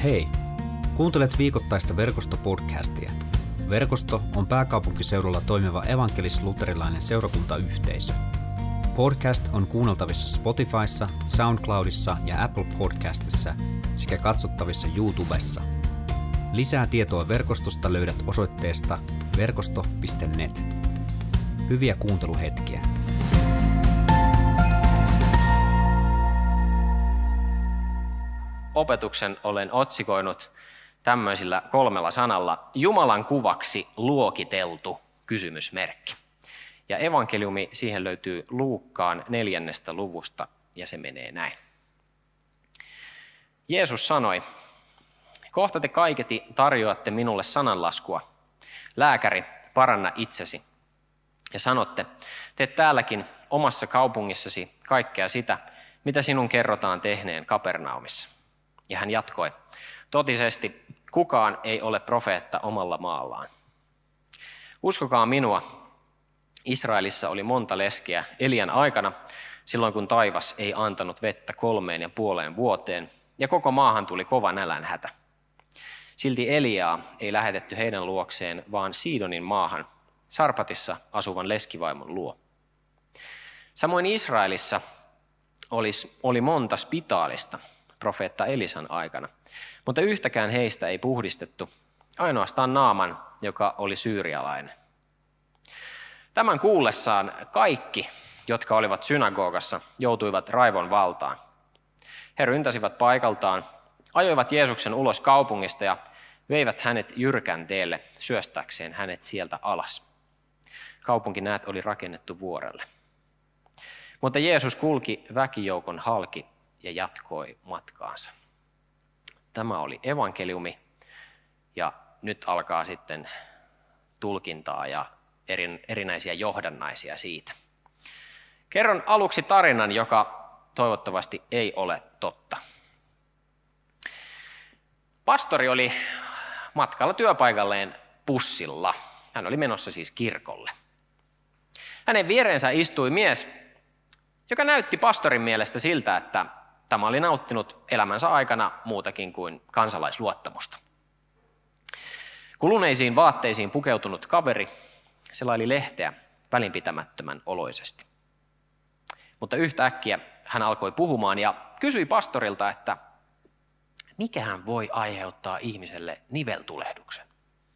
Hei! Kuuntelet viikoittaista Verkosto-podcastia. Verkosto on pääkaupunkiseudulla toimiva evankelis-luterilainen seurakuntayhteisö. Podcast on kuunneltavissa Spotifyssa, SoundCloudissa ja Apple Podcastissa sekä katsottavissa YouTubessa. Lisää tietoa verkostosta löydät osoitteesta verkosto.net. Hyviä kuunteluhetkiä. Opetuksen olen otsikoinut tämmöisillä 3 sanalla: Jumalan kuvaksi luokiteltu kysymysmerkki. Ja evankeliumi siihen löytyy Luukkaan 4. luvusta ja se menee näin. Jeesus sanoi: kohta te kaiketi tarjoatte minulle sananlaskua. Lääkäri, paranna itsesi. Ja sanotte, teet täälläkin omassa kaupungissasi kaikkea sitä, mitä sinun kerrotaan tehneen Kapernaumissa. Ja hän jatkoi, totisesti kukaan ei ole profeetta omalla maallaan. Uskokaa minua, Israelissa oli monta leskiä Elian aikana, silloin kun taivas ei antanut vettä 3,5 vuoteen, ja koko maahan tuli kova nälänhätä. Silti Eliaa ei lähetetty heidän luokseen, vaan Siidonin maahan, Sarpatissa asuvan leskivaimon luo. Samoin Israelissa oli monta spitaalista profeetta Elisan aikana, mutta yhtäkään heistä ei puhdistettu, ainoastaan Naaman, joka oli syyrialainen. Tämän kuullessaan kaikki, jotka olivat synagogassa, joutuivat raivon valtaan. He ryntäsivät paikaltaan, ajoivat Jeesuksen ulos kaupungista ja veivät hänet jyrkänteelle syöstäkseen hänet sieltä alas. Kaupunki näet oli rakennettu vuorelle. Mutta Jeesus kulki väkijoukon halki ja jatkoi matkaansa. Tämä oli evankeliumi ja nyt alkaa sitten tulkintaa ja erinäisiä johdannaisia siitä. Kerron aluksi tarinan, joka toivottavasti ei ole totta. Pastori oli matkalla työpaikalleen bussilla. Hän oli menossa siis kirkolle. Hänen viereensä istui mies, joka näytti pastorin mielestä siltä, että tämä oli nauttinut elämänsä aikana muutakin kuin kansalaisluottamusta. Kuluneisiin vaatteisiin pukeutunut kaveri selaili lehteä välinpitämättömän oloisesti. Mutta yhtäkkiä hän alkoi puhumaan ja kysyi pastorilta, että mikähän voi aiheuttaa ihmiselle niveltulehduksen.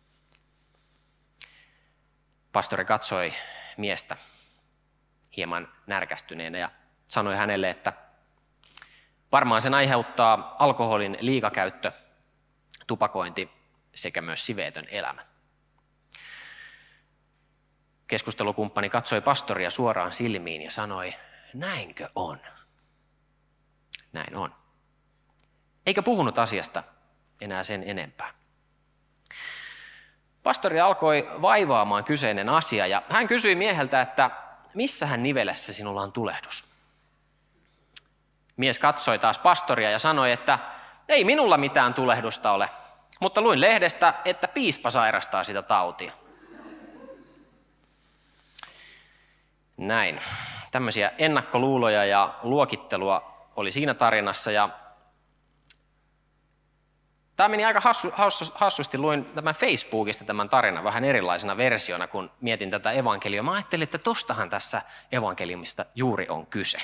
Pastori katsoi miestä hieman närkästyneenä ja sanoi hänelle, että varmaan sen aiheuttaa alkoholin liikakäyttö, tupakointi sekä myös siveetön elämä. Keskustelukumppani katsoi pastoria suoraan silmiin ja sanoi, näinkö on? Näin on. Eikä puhunut asiasta enää sen enempää. Pastori alkoi vaivaamaan kyseinen asia ja hän kysyi mieheltä, että missähän nivelessä sinulla on tulehdus? Mies katsoi taas pastoria ja sanoi, että ei minulla mitään tulehdusta ole, mutta luin lehdestä, että piispa sairastaa sitä tautia. Näin. Tämmöisiä ennakkoluuloja ja luokittelua oli siinä tarinassa ja tämä meni aika hassusti. Luin tämän Facebookista tämän tarinan vähän erilaisena versiona, kun mietin tätä evankeliumia. Mä ajattelin, että tostahan tässä evankeliumista juuri on kyse.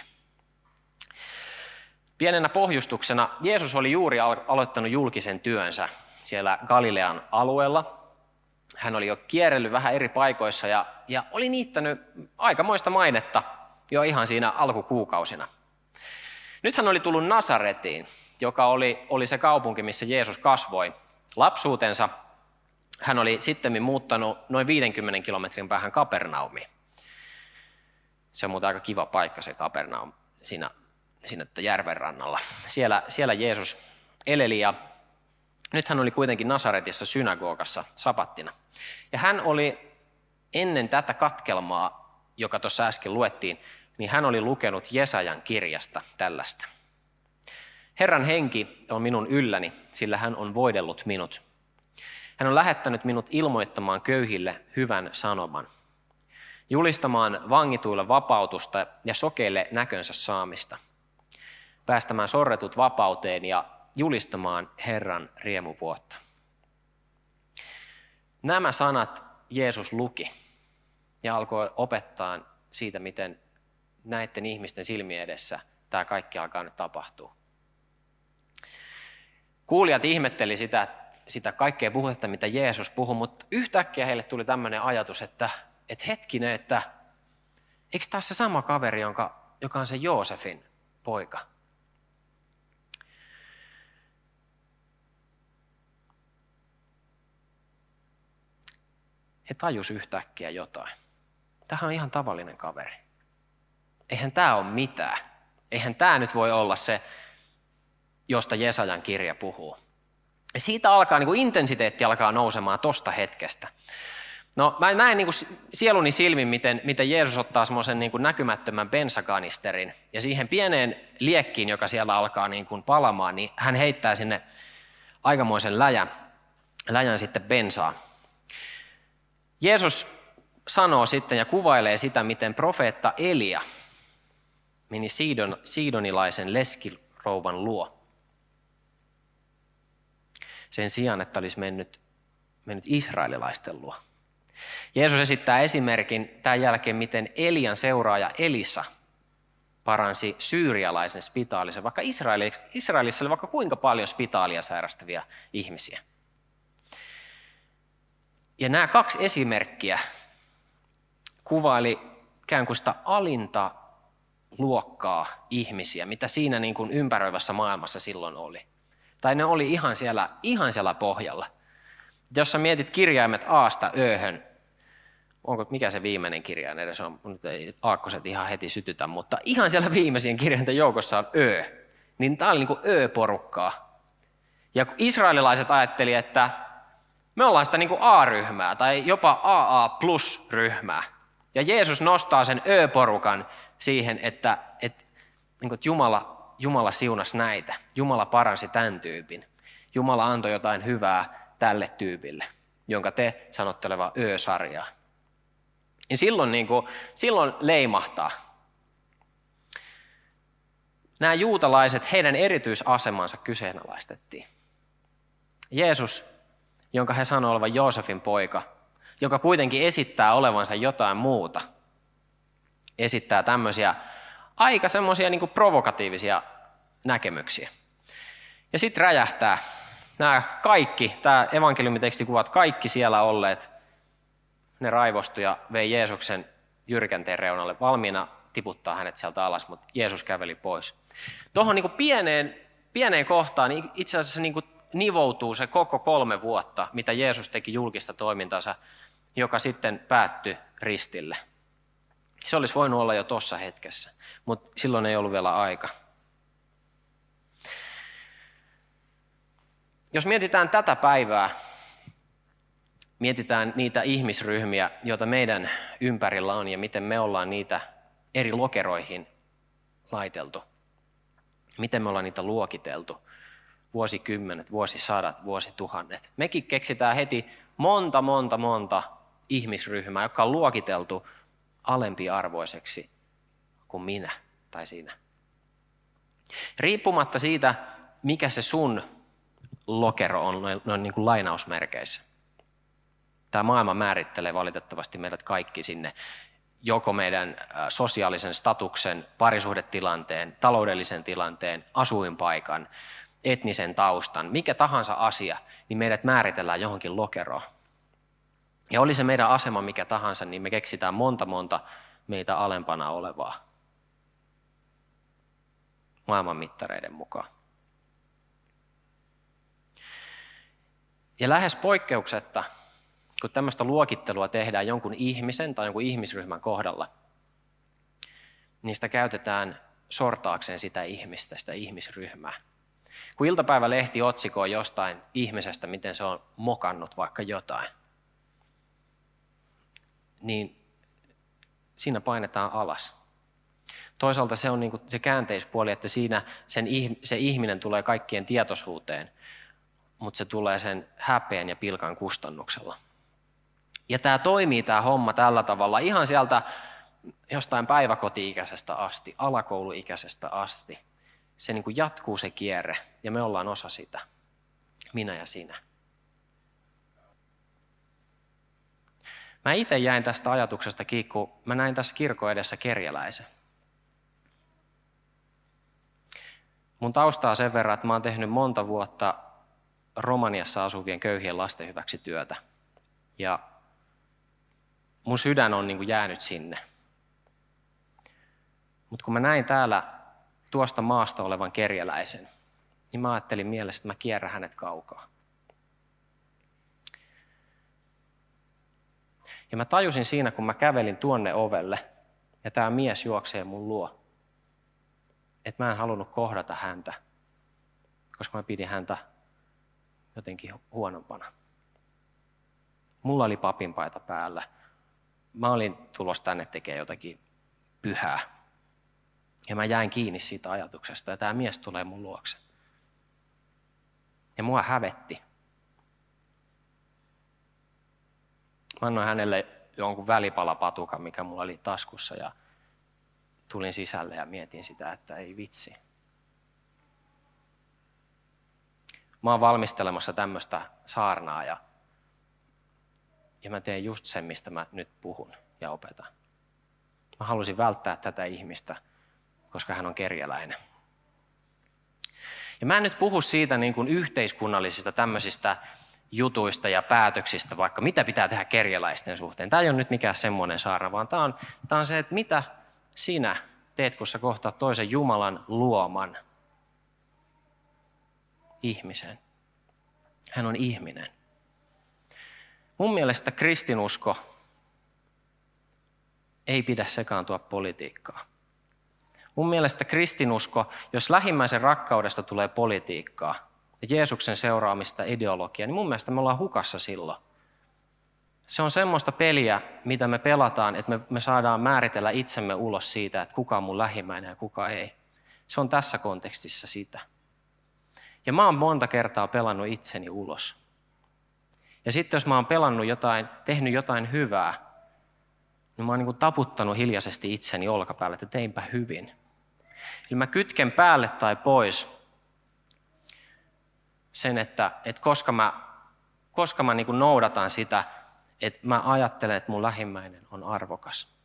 Pienenä pohjustuksena Jeesus oli juuri aloittanut julkisen työnsä siellä Galilean alueella. Hän oli jo kierrellyt vähän eri paikoissa ja oli niittänyt aikamoista mainetta jo ihan siinä alkukuukausina. Nyt hän oli tullut Nasaretiin, joka oli se kaupunki, missä Jeesus kasvoi lapsuutensa. Hän oli sittemmin muuttanut noin 50 kilometrin päähän Kapernaumiin. Se on muuten aika kiva paikka se Kapernaum siinä järven rannalla. Siellä Jeesus eleli ja nyt hän oli kuitenkin Nasaretissa synagogassa sapattina. Ja hän oli ennen tätä katkelmaa, joka tuossa äsken luettiin, niin hän oli lukenut Jesajan kirjasta tällaista. Herran henki on minun ylläni, sillä hän on voidellut minut. Hän on lähettänyt minut ilmoittamaan köyhille hyvän sanoman, julistamaan vangituille vapautusta ja sokeille näkönsä saamista, päästämään sorretut vapauteen ja julistamaan Herran riemuvuotta. Nämä sanat Jeesus luki ja alkoi opettaa siitä, miten näiden ihmisten silmien edessä tämä kaikki alkaa nyt tapahtua. Kuulijat ihmetteli sitä kaikkea puhetta, mitä Jeesus puhui, mutta yhtäkkiä heille tuli tämmöinen ajatus, että hetkinen, että eikö tämä ole se sama kaveri, joka on se Joosefin poika? He tajusivat yhtäkkiä jotain. Tämähän on ihan tavallinen kaveri. Eihän tämä ole mitään. Eihän tämä nyt voi olla se, josta Jesajan kirja puhuu. Ja siitä alkaa, niin kuin intensiteetti alkaa nousemaan tosta hetkestä. No mä näen niin kuin sieluni silmin, miten Jeesus ottaa semmoisen niin kuin näkymättömän bensakanisterin ja siihen pieneen liekkiin, joka siellä alkaa niin kuin palamaan, niin hän heittää sinne aikamoisen läjän sitten bensaa. Jeesus sanoo sitten ja kuvailee sitä, miten profeetta Elia meni sidonilaisen leskirouvan luo. Sen sijaan, että olisi mennyt israelilaisten luo. Jeesus esittää esimerkin tämän jälkeen, miten Elian seuraaja Elisa paransi syyrialaisen spitaalisen, vaikka Israelissa oli vaikka kuinka paljon spitaalia sairastavia ihmisiä. Ja nämä kaksi esimerkkiä kuvaili ikään kuin sitä alinta luokkaa ihmisiä, mitä siinä niin kuin ympäröivässä maailmassa silloin oli. Tai ne oli ihan siellä pohjalla. Jos sä mietit kirjaimet A:sta Ö:hön, mikä se viimeinen kirjain edes on, nyt ei aakkoset ihan heti sytytä, mutta ihan siellä viimeisien kirjainten joukossa on Ö, niin tämä oli niin kuin Ö-porukkaa. Ja israelilaiset ajatteli, että me ollaan sitä niin kuin A-ryhmää tai jopa AA+-ryhmää. Ja Jeesus nostaa sen Ö-porukan siihen, että Jumala siunasi näitä. Jumala paransi tämän tyypin. Jumala antoi jotain hyvää tälle tyypille, jonka te sanotte olevan Ö-sarjaa. Ja silloin leimahtaa. Nämä juutalaiset, heidän erityisasemansa kyseenalaistettiin. Jeesus, jonka he sanoo olevan Joosefin poika, joka kuitenkin esittää olevansa jotain muuta, esittää tämmöisiä aika semmoisia niin kuin provokatiivisia näkemyksiä. Ja sitten räjähtää nämä kaikki, tämä evankeliumitekstikuvat, kaikki siellä olleet, ne raivostui ja vei Jeesuksen jyrkänteen reunalle valmiina tiputtaa hänet sieltä alas, mutta Jeesus käveli pois. Tuohon niin pieneen kohtaan niin itse asiassa niin kuin nivoutuu se koko 3 vuotta, mitä Jeesus teki julkista toimintansa, joka sitten päättyi ristille. Se olisi voinut olla jo tuossa hetkessä, mutta silloin ei ollut vielä aika. Jos mietitään tätä päivää, mietitään niitä ihmisryhmiä, joita meidän ympärillä on ja miten me ollaan niitä eri lokeroihin laiteltu. Miten me ollaan niitä luokiteltu. Vuosikymmenet, vuosisadat, vuosituhannet. Mekin keksitään heti monta ihmisryhmää, jotka on luokiteltu alempiarvoiseksi kuin minä tai sinä. Riippumatta siitä, mikä se sun lokero on noin niin kuin lainausmerkeissä. Tämä maailma määrittelee valitettavasti meidät kaikki sinne joko meidän sosiaalisen statuksen, parisuhdetilanteen, taloudellisen tilanteen, asuinpaikan, etnisen taustan, mikä tahansa asia, niin meidät määritellään johonkin lokeroon. Ja oli se meidän asema mikä tahansa, niin me keksitään monta meitä alempana olevaa maailman mittareiden mukaan. Ja lähes poikkeuksetta, kun tämmöistä luokittelua tehdään jonkun ihmisen tai jonkun ihmisryhmän kohdalla, niistä käytetään sortaakseen sitä ihmistä, sitä ihmisryhmää. Kun iltapäivälehti otsikoi jostain ihmisestä, miten se on mokannut vaikka jotain, niin siinä painetaan alas. Toisaalta se on niin kuin se käänteispuoli, että siinä se ihminen tulee kaikkien tietoisuuteen, mutta se tulee sen häpeän ja pilkan kustannuksella. Ja tämä toimii tämä homma tällä tavalla ihan sieltä jostain päiväkoti-ikäisestä asti, alakouluikäisestä asti. se niin kuin jatkuu se kierre ja me ollaan osa sitä, minä ja sinä. Mä itse jäin tästä ajatuksesta kiinni, kun mä näin tässä kirkon edessä kerjäläisen. Mun taustaa sen verran, että mä oon tehnyt monta vuotta Romaniassa asuvien köyhien lasten hyväksi työtä. Ja mun sydän on niin kuin jäänyt sinne. Mutta kun mä näin täällä tuosta maasta olevan kerjäläisen, niin mä ajattelin mielessä, että mä kierrän hänet kaukaa. Ja mä tajusin siinä, kun mä kävelin tuonne ovelle, ja tämä mies juoksee mun luo, että mä en halunnut kohdata häntä, koska mä pidin häntä jotenkin huonompana. Mulla oli papinpaita päällä. Mä olin tulossa tänne tekemään jotakin pyhää. Ja mä jäin kiinni siitä ajatuksesta, ja tämä mies tulee mun luokse. Ja mua hävetti. Mä annoin hänelle jonkun välipalapatukan, mikä mulla oli taskussa, ja tulin sisälle ja mietin sitä, että ei vitsi. Mä oon valmistelemassa tämmöistä saarnaa, ja mä teen just sen, mistä mä nyt puhun ja opetan. Mä halusin välttää tätä ihmistä, koska hän on kerjäläinen. Ja mä en nyt puhu siitä niin kuin yhteiskunnallisista tämmöisistä jutuista ja päätöksistä, vaikka mitä pitää tehdä kerjäläisten suhteen. Tämä ei ole nyt mikään semmoinen saarna, vaan tämä on se, että mitä sinä teet, kun sä kohtaat toisen Jumalan luoman ihmisen. Hän on ihminen. Mun mielestä kristinusko ei pidä sekaantua politiikkaan. Mun mielestä kristinusko, jos lähimmäisen rakkaudesta tulee politiikkaa ja Jeesuksen seuraamista ideologiaa, niin mun mielestä me ollaan hukassa silloin. Se on semmoista peliä, mitä me pelataan, että me saadaan määritellä itsemme ulos siitä, että kuka on mun lähimmäinen ja kuka ei. Se on tässä kontekstissa sitä. Ja mä oon monta kertaa pelannut itseni ulos. Ja sitten jos mä oon tehnyt jotain hyvää, niin mä oon niin kuin taputtanut hiljaisesti itseni olkapäälle, että teinpä hyvin. Eli mä kytken päälle tai pois sen, että koska mä niin kuin noudatan sitä, että mä ajattelen, että mun lähimmäinen on arvokas.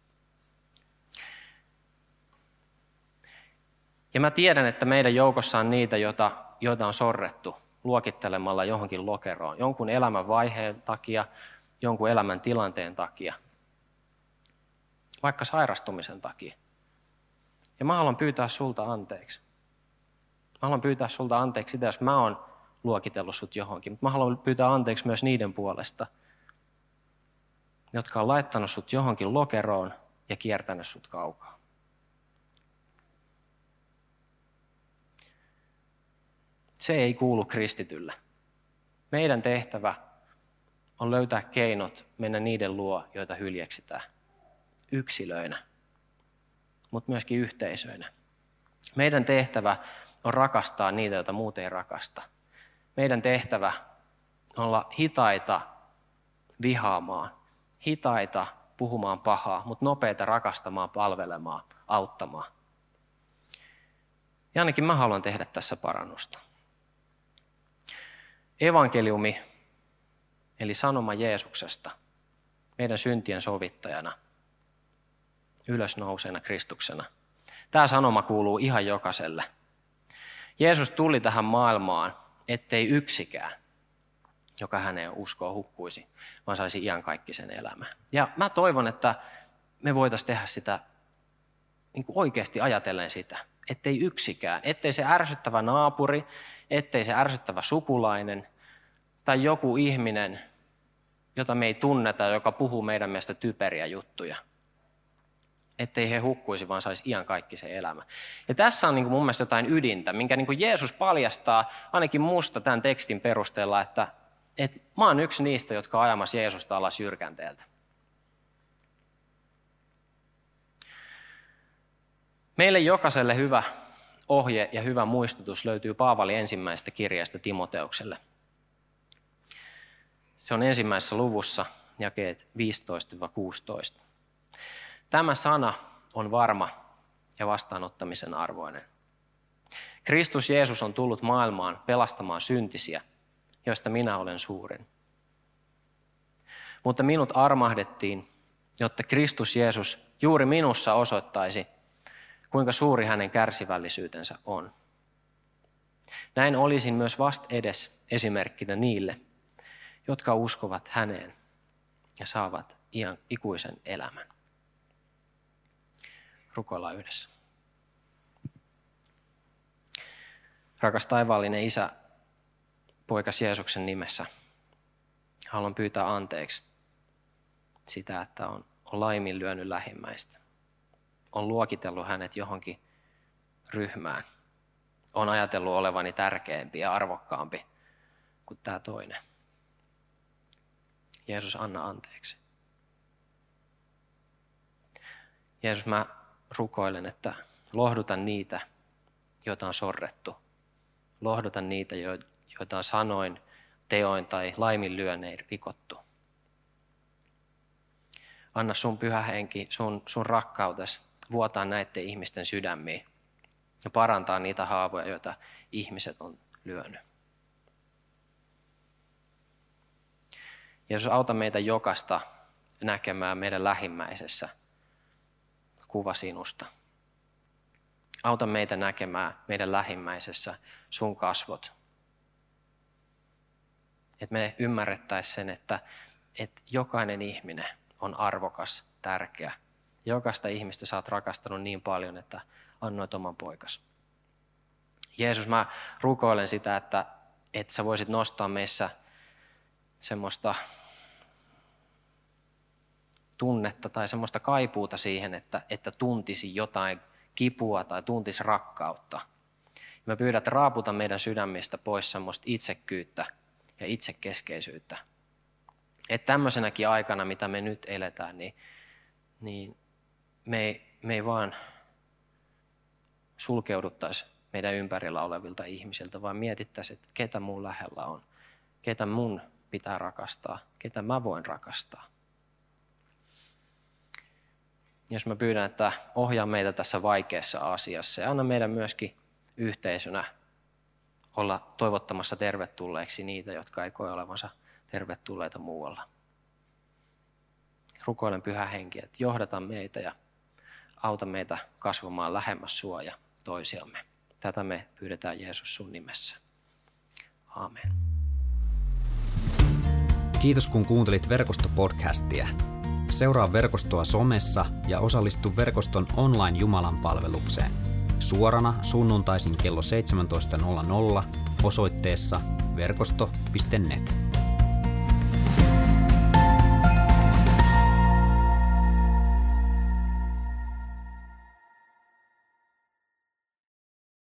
Ja mä tiedän, että meidän joukossa on niitä, joita on sorrettu luokittelemalla johonkin lokeroon, jonkun elämän vaiheen takia, jonkun elämän tilanteen takia, vaikka sairastumisen takia. Ja mä haluan pyytää sulta anteeksi. Mä haluan pyytää sulta anteeksi sitä, jos mä oon luokitellut sut johonkin. Mutta mä haluan pyytää anteeksi myös niiden puolesta, jotka on laittanut sut johonkin lokeroon ja kiertänyt sut kaukaa. Se ei kuulu kristitylle. Meidän tehtävä on löytää keinot mennä niiden luo, joita hyljeksitään. Yksilöinä, mutta myöskin yhteisöinä. Meidän tehtävä on rakastaa niitä, joita muut ei rakasta. Meidän tehtävä on olla hitaita vihaamaan, hitaita puhumaan pahaa, mutta nopeita rakastamaan, palvelemaan, auttamaan. Ja ainakin mä haluan tehdä tässä parannusta. Evankeliumi, eli sanoma Jeesuksesta, meidän syntien sovittajana, ylösnouseena Kristuksena. Tämä sanoma kuuluu ihan jokaiselle. Jeesus tuli tähän maailmaan, ettei yksikään, joka häneen uskoo, hukkuisi, vaan saisi iankaikkisen elämän. Ja mä toivon, että me voitaisiin tehdä sitä niin kuin oikeasti ajatellen sitä, ettei yksikään, ettei se ärsyttävä naapuri, ettei se ärsyttävä sukulainen tai joku ihminen, jota me ei tunneta, joka puhuu meidän mielestä typeriä juttuja, ettei he hukkuisi, vaan saisi iankaikkisen elämä. Ja tässä on niin kuin mun mielestä jotain ydintä, minkä niin kuin Jeesus paljastaa ainakin musta tämän tekstin perusteella, että mä oon yksi niistä, jotka on ajamassa Jeesusta alas jyrkänteeltä. Meille jokaiselle hyvä ohje ja hyvä muistutus löytyy Paavalin ensimmäisestä kirjeestä Timoteukselle. Se on ensimmäisessä luvussa, jakeet 15-16. Tämä sana on varma ja vastaanottamisen arvoinen. Kristus Jeesus on tullut maailmaan pelastamaan syntisiä, joista minä olen suurin. Mutta minut armahdettiin, jotta Kristus Jeesus juuri minussa osoittaisi, kuinka suuri hänen kärsivällisyytensä on. Näin olisin myös vastedes esimerkkinä niille, jotka uskovat häneen ja saavat ikuisen elämän. Rukoillaan yhdessä. Rakas taivaallinen Isä, poikas Jeesuksen nimessä, haluan pyytää anteeksi sitä, että on laiminlyönyt lähimmäistä. On luokitellut hänet johonkin ryhmään. On ajatellut olevani tärkeämpi ja arvokkaampi kuin tämä toinen. Jeesus, anna anteeksi. Jeesus, mä rukoilen, että lohdutan niitä, joita on sorrettu. Lohdutan niitä, joita on sanoin, teoin tai laiminlyönnein rikottu. Anna sun pyhä henki, sun rakkautes vuotaa näiden ihmisten sydämiin ja parantaa niitä haavoja, joita ihmiset on lyönyt. Jeesus, auta meitä jokaista näkemään meidän lähimmäisessä kuva sinusta. Auta meitä näkemään meidän lähimmäisessä sun kasvot. Että me ymmärrettäisiin sen, että jokainen ihminen on arvokas, tärkeä. Jokaista ihmistä sä oot rakastanut niin paljon, että annoit oman poikas. Jeesus, mä rukoilen sitä, että sä voisit nostaa meissä semmoista tunnetta tai semmoista kaipuuta siihen, että tuntisi jotain kipua tai tuntisi rakkautta. Mä pyydän, että raaputa meidän sydämistä pois semmoista itsekkyyttä ja itsekeskeisyyttä. Että tämmöisenäkin aikana, mitä me nyt eletään, niin me ei vaan sulkeuduttaisi meidän ympärillä olevilta ihmisiltä, vaan mietittäisiin, että ketä mun lähellä on, ketä mun pitää rakastaa, ketä mä voin rakastaa. Jos mä pyydän, että ohjaa meitä tässä vaikeassa asiassa ja anna meidän myöskin yhteisönä olla toivottamassa tervetulleeksi niitä, jotka ei koe olevansa tervetulleita muualla. Rukoilen pyhä henki, että johdata meitä ja auta meitä kasvamaan lähemmäs sua ja toisiamme. Tätä me pyydetään Jeesus sun nimessä. Aamen. Kiitos kun kuuntelit Verkosto-podcastia. Seuraa Verkostoa somessa ja osallistu Verkoston online Jumalan palvelukseen. Suorana sunnuntaisin kello 17.00 osoitteessa verkosto.net.